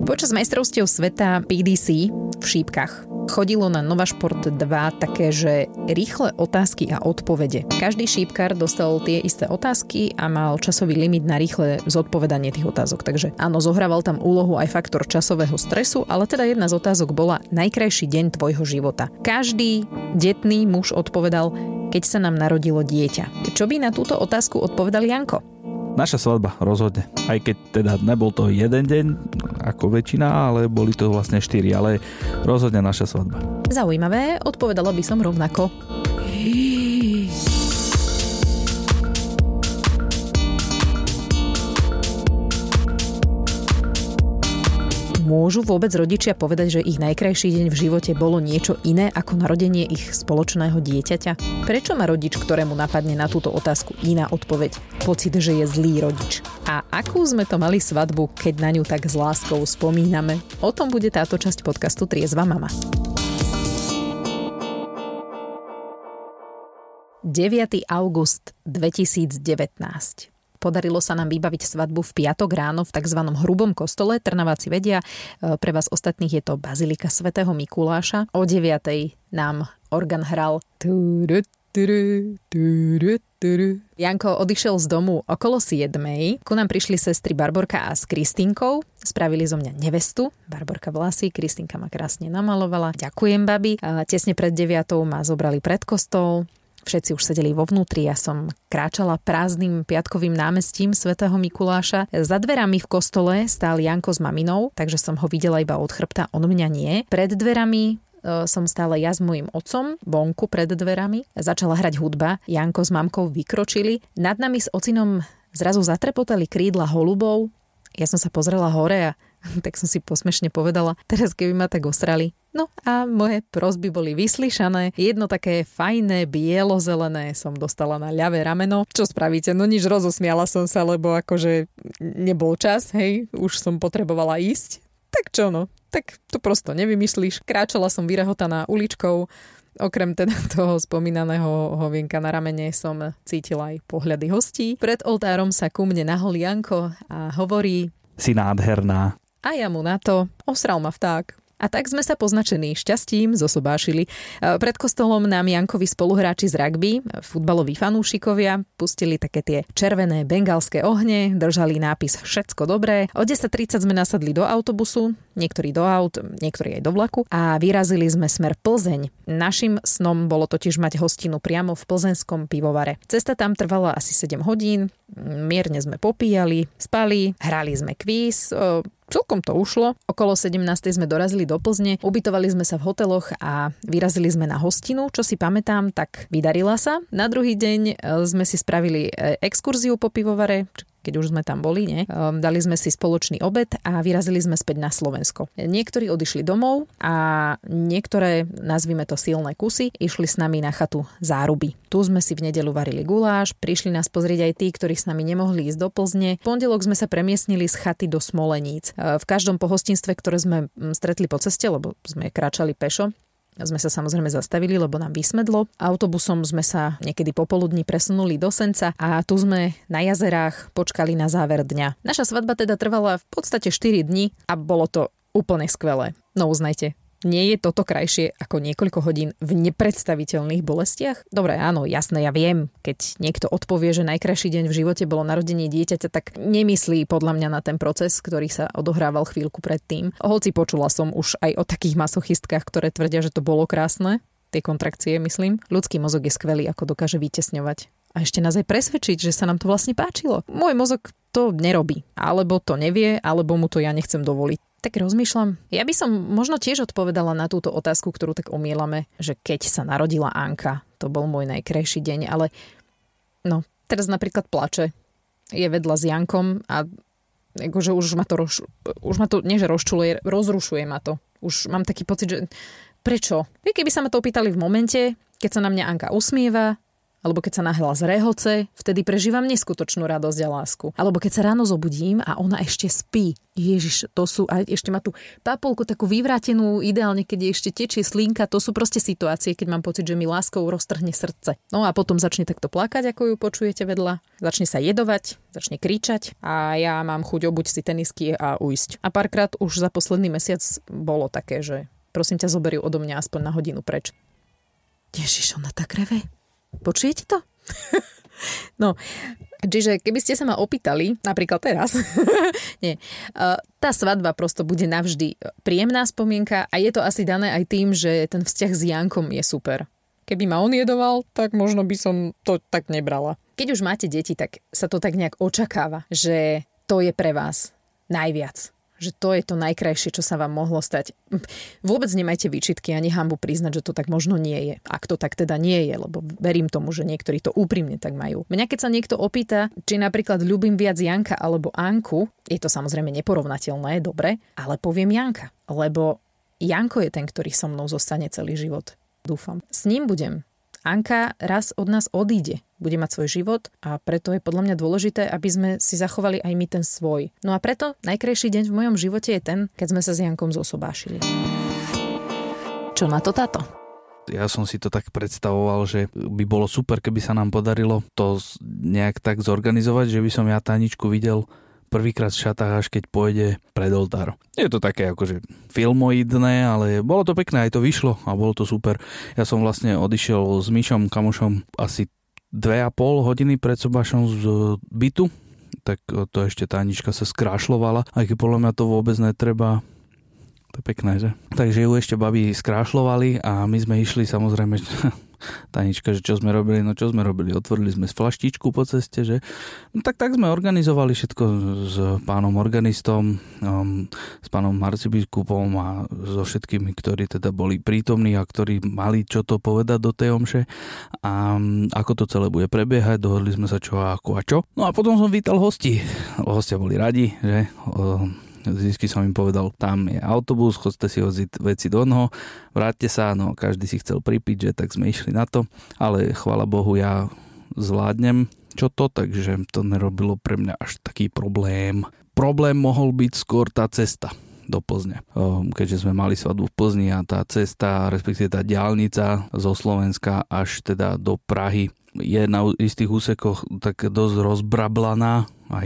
Počas majstrovstiev sveta PDC v šípkach chodilo na Nova Šport 2 také, že rýchle otázky a odpovede. Každý šípkar dostal tie isté otázky a mal časový limit na rýchle zodpovedanie tých otázok. Takže áno, zohrával tam úlohu aj faktor časového stresu, ale teda jedna z otázok bola najkrajší deň tvojho života. Každý detný muž odpovedal, keď sa nám narodilo dieťa. Čo by na túto otázku odpovedal Janko? Naša svadba, rozhodne. Aj keď teda nebol to jeden deň, ako väčšina, ale boli to vlastne 4, ale rozhodne naša svadba. Zaujímavé, odpovedala by som rovnako. Môžu vôbec rodičia povedať, že ich najkrajší deň v živote bolo niečo iné ako narodenie ich spoločného dieťaťa? Prečo má rodič, ktorému napadne na túto otázku iná odpoveď, pocit, že je zlý rodič? A akú sme to mali svadbu, keď na ňu tak s láskou spomíname? O tom bude táto časť podcastu Triezva mama. 9. august 2019. Podarilo sa nám vybaviť svadbu v piatok ráno v tzv. Hrubom kostole. Trnaváci vedia, pre vás ostatných je to Bazilika svätého Mikuláša. O 9. nám orgán hral. Janko odišiel z domu okolo 7. Ku nám prišli sestry Barborka a s Kristínkou. Spravili zo mňa nevestu. Barborka vlasy, Kristínka ma krásne namalovala. Ďakujem, babi. A tesne pred 9. ma zobrali pred kostol. Všetci už sedeli vo vnútri, ja som kráčala prázdnym piatkovým námestím svätého Mikuláša. Za dverami v kostole stál Janko s maminou, takže som ho videla iba od chrbta, on mňa nie. Pred dverami som stále ja s mojím otcom, vonku pred dverami. Začala hrať hudba, Janko s mamkou vykročili. Nad nami s ocinom zrazu zatrepotali krídla holubov. Ja som sa pozrela hore a tak som si posmešne povedala, teraz keby ma tak osrali. No a moje prosby boli vyslyšané. Jedno také fajné, bielo-zelené som dostala na ľavé rameno. Čo spravíte? No nič, rozosmiala som sa, lebo akože nebol čas, hej, už som potrebovala ísť. Tak čo no, tak to prosto nevymyslíš. Kráčala som vyrehotaná uličkou. Okrem teda toho spomínaného hovienka na ramene som cítila aj pohľady hostí. Pred oltárom sa ku mne nahol Janko a hovorí: Si nádherná. A ja mu na to: osral ma vták. A tak sme sa poznačení šťastím zosobášili. Pred kostolom nám Jankovi spoluhráči z rugby, futbaloví fanúšikovia, pustili také tie červené bengalské ohne, držali nápis Všetko dobré. O 10:30 sme nasadli do autobusu, niektorí do aut, niektorí aj do vlaku a vyrazili sme smer Plzeň. Našim snom bolo totiž mať hostinu priamo v plzeňskom pivovare. Cesta tam trvala asi 7 hodín, mierne sme popíjali, spali, hrali sme kvíz. Celkom to ušlo. Okolo 17. sme dorazili do Plzne, ubytovali sme sa v hoteloch a vyrazili sme na hostinu. Čo si pamätám, tak vydarila sa. Na druhý deň sme si spravili exkurziu po pivovare, keď už sme tam boli, nie? Dali sme si spoločný obed a vyrazili sme späť na Slovensko. Niektorí odišli domov a niektoré, nazvime to silné kusy, išli s nami na chatu Záruby. Tu sme si v nedeľu varili guláš, prišli nás pozrieť aj tí, ktorí s nami nemohli ísť do Plzne. V pondelok sme sa premiestnili z chaty do Smoleníc. V každom pohostinstve, ktoré sme stretli po ceste, lebo sme kráčali pešo, sme sa samozrejme zastavili, lebo nám vysmedlo. Autobusom sme sa niekedy popoludní presunuli do Senca a tu sme na jazerách počkali na záver dňa. Naša svadba teda trvala v podstate 4 dni a bolo to úplne skvelé. No uznajte, nie je toto krajšie ako niekoľko hodín v nepredstaviteľných bolestiach? Dobre, áno, jasné, ja viem, keď niekto odpovie, že najkrajší deň v živote bolo narodenie dieťaťa, tak nemyslí podľa mňa na ten proces, ktorý sa odohrával chvíľku predtým. Hoci počula som už aj o takých masochystkách, ktoré tvrdia, že to bolo krásne, tie kontrakcie, myslím. Ľudský mozog je skvelý, ako dokáže vytesňovať. A ešte nás aj presvedčiť, že sa nám to vlastne páčilo. Môj mozog to nerobí. Alebo to nevie, alebo mu to ja nechcem dovoliť. Tak rozmýšľam. Ja by som možno tiež odpovedala na túto otázku, ktorú tak omielame, že keď sa narodila Anka, to bol môj najkrajší deň, ale no, teraz napríklad plače. Je vedľa s Jankom a akože už ma to nie že rozčuluje, rozrušuje ma to. Už mám taký pocit, že prečo? Keby sa ma to opýtali v momente, keď sa na mňa Anka usmieva Alebo keď sa nahlas rehoce, vtedy prežívam neskutočnú radosť a lásku. Alebo keď sa ráno zobudím a ona ešte spí. Ježiš, to sú, a ešte má tú papulku takú vyvrátenú, ideálne keď ešte tečie slinka, to sú proste situácie, keď mám pocit, že mi láskou roztrhne srdce. No a potom začne takto plakať, ako ju počujete vedľa. Začne sa jedovať, začne kričať a ja mám chuť obuť si tenisky a ujsť. A párkrát už za posledný mesiac bolo také, že prosím ťa, zoberú odo mňa aspoň na hodinu preč. Ježiš, ona tak reve. Počujete to? No, čiže keby ste sa ma opýtali, napríklad teraz, nie, tá svadba prosto bude navždy príjemná spomienka a je to asi dané aj tým, že ten vzťah s Jankom je super. Keby ma on jedoval, tak možno by som to tak nebrala. Keď už máte deti, tak sa to tak nejak očakáva, že to je pre vás najviac. Že to je to najkrajšie, čo sa vám mohlo stať. Vôbec nemajte výčitky ani hanbu priznať, že to tak možno nie je. Ak to tak teda nie je, lebo verím tomu, že niektorí to úprimne tak majú. Mňa keď sa niekto opýta, či napríklad ľúbim viac Janka alebo Anku, je to samozrejme neporovnateľné, dobre, ale poviem Janka. Lebo Janko je ten, ktorý so mnou zostane celý život. Dúfam. S ním budem. Anka raz od nás odíde, bude mať svoj život a preto je podľa mňa dôležité, aby sme si zachovali aj my ten svoj. No a preto najkrajší deň v mojom živote je ten, keď sme sa s Jankom zosobášili. Čo na to táto? Ja som si to tak predstavoval, že by bolo super, keby sa nám podarilo to nejak tak zorganizovať, že by som ja Taničku videl prvýkrát v šatách, až keď pôjde pred oltár. Je to také akože filmoidné, ale bolo to pekné, aj to vyšlo a bolo to super. Ja som vlastne odišiel s Mišom, kamošom asi 2,5 hodiny pred sobášom z bytu, tak to ešte Tanička sa skrášlovala, aj keď podľa mňa to vôbec netreba. To je pekné, že? Takže ju ešte babi skrášlovali a my sme išli samozrejme Tanička, že čo sme robili? No čo sme robili? Otvorili sme flaštičku po ceste, že? No tak sme organizovali všetko s pánom organistom, s pánom arcibiskupom a so všetkými, ktorí teda boli prítomní a ktorí mali čo to povedať do tej omše a ako to celé bude prebiehať, dohodli sme sa čo a ako a čo. No a potom som vítal hostí. Hostia boli radi, že? Vždycky som im povedal, tam je autobus, chodte si hodziť veci do noho, vráťte sa, no každý si chcel pripiť, že tak sme išli na to, ale chvála Bohu ja zvládnem čo to, takže to nerobilo pre mňa až taký problém. Problém mohol byť skôr tá cesta do Plzne. Keďže sme mali svadbu v Plzni a tá cesta, respektíve tá diaľnica zo Slovenska až teda do Prahy je na istých úsekoch tak dosť rozbrablaná,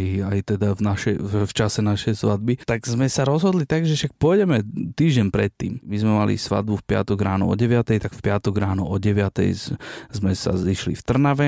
aj teda v čase našej svadby, tak sme sa rozhodli tak, že však pôjdeme týždeň predtým. My sme mali svadbu v piatok ráno o 9:00, tak v piatok ráno o 9:00 sme sa zišli v Trnave,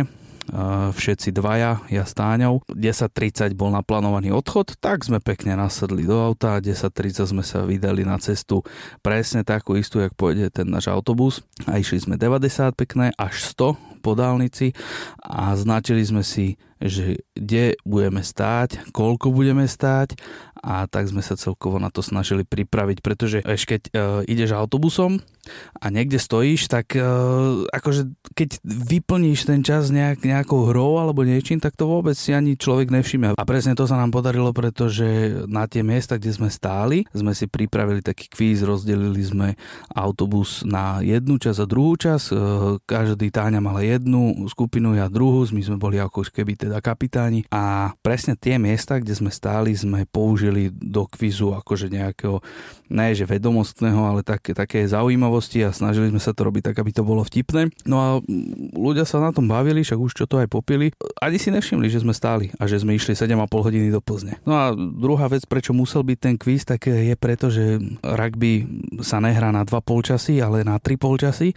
všetci dvaja, ja s Táňou. 10:30 bol naplánovaný odchod, tak sme pekne nasadli do auta, 10:30 sme sa vydali na cestu presne takú istú, jak pôjde ten náš autobus a išli sme 90 pekné až 100 po dálnici a značili sme si, že kde budeme stáť, koľko budeme stáť a tak sme sa celkovo na to snažili pripraviť, pretože keď ideš autobusom a niekde stojíš, tak akože keď vyplníš ten čas nejakou hrou alebo niečím, tak to vôbec si ani človek nevšimne. A presne to sa nám podarilo, pretože na tie miesta, kde sme stáli, sme si pripravili taký kvíz, rozdelili sme autobus na jednu časť a druhú časť, každý Táňa mala jednu skupinu, ja druhú, my sme boli ako keby teda kapitáni a presne tie miesta, kde sme stáli, sme použili do kvízu akože nejakého, ne že vedomostného, ale také zaujímavosti a snažili sme sa to robiť tak, aby to bolo vtipné. No a ľudia sa na tom bavili, však už čo to aj popili. Ani si nevšimli, že sme stáli a že sme išli 7,5 hodiny do Plzne. No a druhá vec, prečo musel byť ten kvíz, tak je preto, že rugby sa nehrá na 2 polčasy, ale na 3 polčasy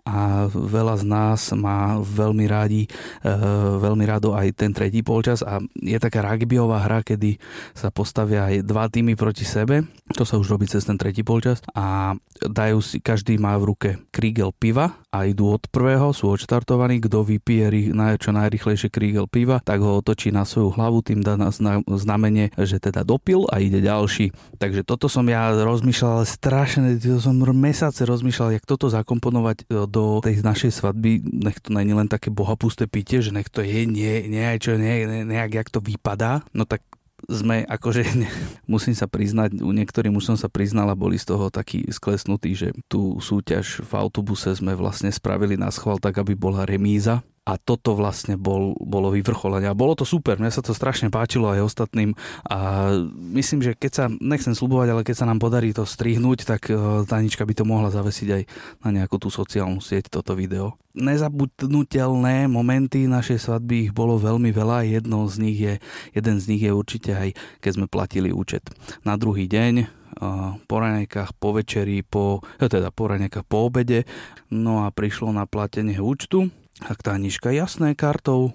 a veľa z nás má veľmi rado aj ten tretí polčas a je taká rugbyová hra, kedy sa postavia aj 2 týmy proti sebe. To sa už robí cez ten tretí polčas a dajú si, každý má v ruke krígel piva a idú od prvého, sú odštartovaní, kto vypije čo najrýchlejšie krígel piva, tak ho otočí na svoju hlavu, tým dá znamenie, že teda dopil a ide ďalší. Takže toto som ja rozmýšľal, ale strašne, to som mesace rozmýšľal, jak toto zakomponovať do tej našej svadby, nech to nie je len také bohapusté pitie, že nech to je nejak jak to vypadá, no tak sme akože, musím sa priznať, u niektorým už som sa priznal a boli z toho takí sklesnutí, že tú súťaž v autobuse sme vlastne spravili na schvál tak, aby bola remíza A toto vlastne bolo vyvrcholenie. A bolo to super, mňa sa to strašne páčilo aj ostatným a myslím, že nechcem sľubovať, ale keď sa nám podarí to strihnúť, tak Tanička by to mohla zavesiť aj na nejakú tú sociálnu sieť toto video. Nezabudnutelné momenty našej svadby ich bolo veľmi veľa. Jeden z nich je určite aj keď sme platili účet. Na druhý deň po raňajkách, po večeri, po raňajkách, po obede, no a prišlo na platenie účtu. A Tanička, jasné, kartou,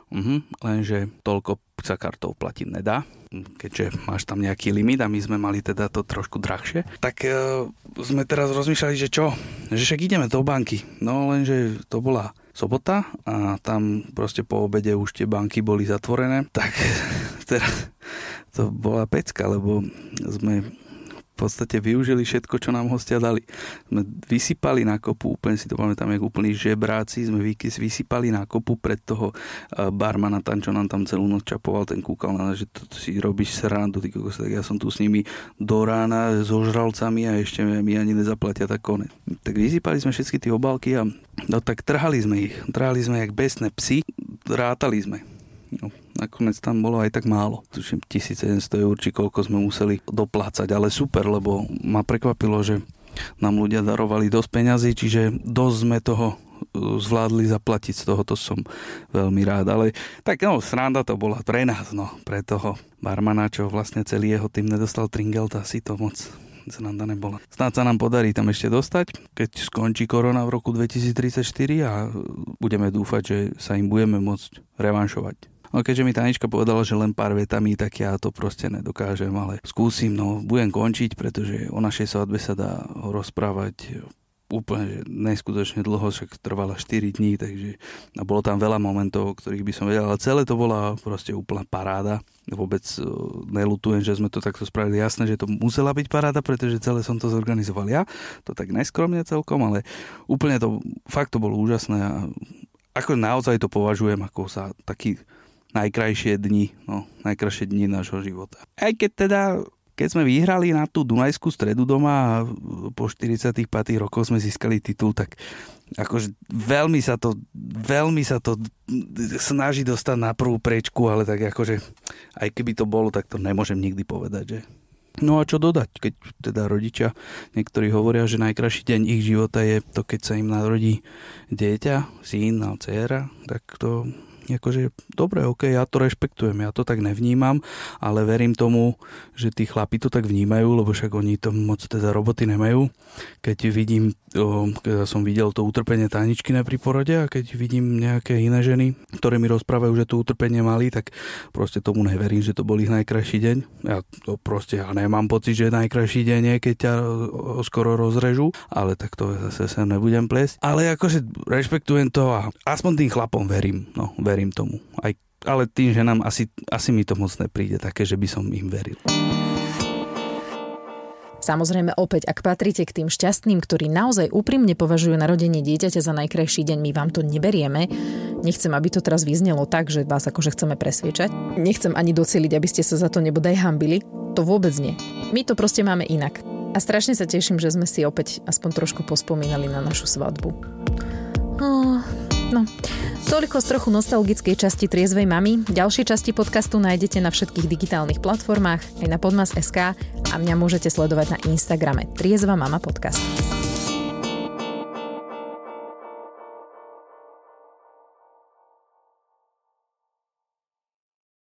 lenže toľko sa kartou platiť nedá, keďže máš tam nejaký limit a my sme mali teda to trošku drahšie. Tak sme teraz rozmýšľali, že čo? Že však ideme do banky. No lenže to bola sobota a tam proste po obede už tie banky boli zatvorené. Tak teda to bola pecka, lebo sme v podstate využili všetko, čo nám hostia dali. Sme vysypali na kopu, úplne si to pamätám, jak úplní žebráci, sme vysypali na kopu pred toho barmana, čo nám tam celú noc čapoval, ten kúkal na nás, že to si robíš srandu, tak ja som tu s nimi do rána so žralcami a ešte mi ani nezaplatia, tak konec. Tak vysypali sme všetky tie obálky a no tak trhali sme jak besné psy, rátali sme. No, nakoniec tam bolo aj tak málo. Tuším 1700 eur, či koľko sme museli doplácať, ale super, lebo ma prekvapilo, že nám ľudia darovali dosť peňazí, čiže dosť sme toho zvládli zaplatiť, z toho to som veľmi rád. Ale tak sranda to bola pre nás, pre toho barmana, čo vlastne celý jeho tým nedostal tringelt, asi to moc sranda nebola. Snáď sa nám podarí tam ešte dostať, keď skončí korona v roku 2034 a budeme dúfať, že sa im budeme môcť revanšovať. No keďže mi Tanička povedala, že len pár vetami, tak ja to proste nedokážem, ale skúsim, budem končiť, pretože o našej svadbe sa dá rozprávať úplne neskutočne dlho, však trvala 4 dní, takže bolo tam veľa momentov, o ktorých by som vedel, ale celé to bola proste úplná paráda. Vôbec neľutujem, že sme to takto spravili. Jasné, že to musela byť paráda, pretože celé som to zorganizoval ja, to tak neskromne celkom, ale úplne fakt to bolo úžasné a ako naozaj to považujem ako za taký najkrajšie dni nášho života. Aj keď sme vyhrali na tú Dunajskú Stredu doma a po 45 rokoch sme získali titul, tak akože veľmi sa to snaží dostať na prvú priečku, ale tak akože aj keby to bolo, tak to nemôžem nikdy povedať, že? No a čo dodať, keď teda rodičia, niektorí hovoria, že najkrajší deň ich života je to, keď sa im narodí dieťa, syn a dcéra, tak to akože dobre, ja to rešpektujem, ja to tak nevnímam, ale verím tomu, že tí chlapi to tak vnímajú, lebo však oni to moc teda roboty nemajú. Keď som videl to utrpenie Taničkine pri porode a keď vidím nejaké iné ženy, ktoré mi rozprávajú, že to utrpenie mali, tak proste tomu neverím, že to bol ich najkrajší deň. Ja nemám pocit, že najkrajší deň je, keď ťa skoro rozrežú, ale tak to zase sem nebudem plesť. Ale akože rešpektujem to a aspoň tým chlapom verím tomu. Ale tým ženám asi mi to moc nepríde také, že by som im veril. Samozrejme opäť, ak patríte k tým šťastným, ktorí naozaj úprimne považujú narodenie dieťaťa za najkrajší deň, my vám to neberieme. Nechcem, aby to teraz vyznelo tak, že vás akože chceme presviečať. Nechcem ani doceliť, aby ste sa za to nebodaj hanbili. To vôbec nie. My to proste máme inak. A strašne sa teším, že sme si opäť aspoň trošku pospomínali na našu svadbu. Toľko z trochu nostalgickej časti Triezvej mamy. Ďalšie časti podcastu nájdete na všetkých digitálnych platformách, aj na podmas.sk a mňa môžete sledovať na Instagrame Triezva mama podcast.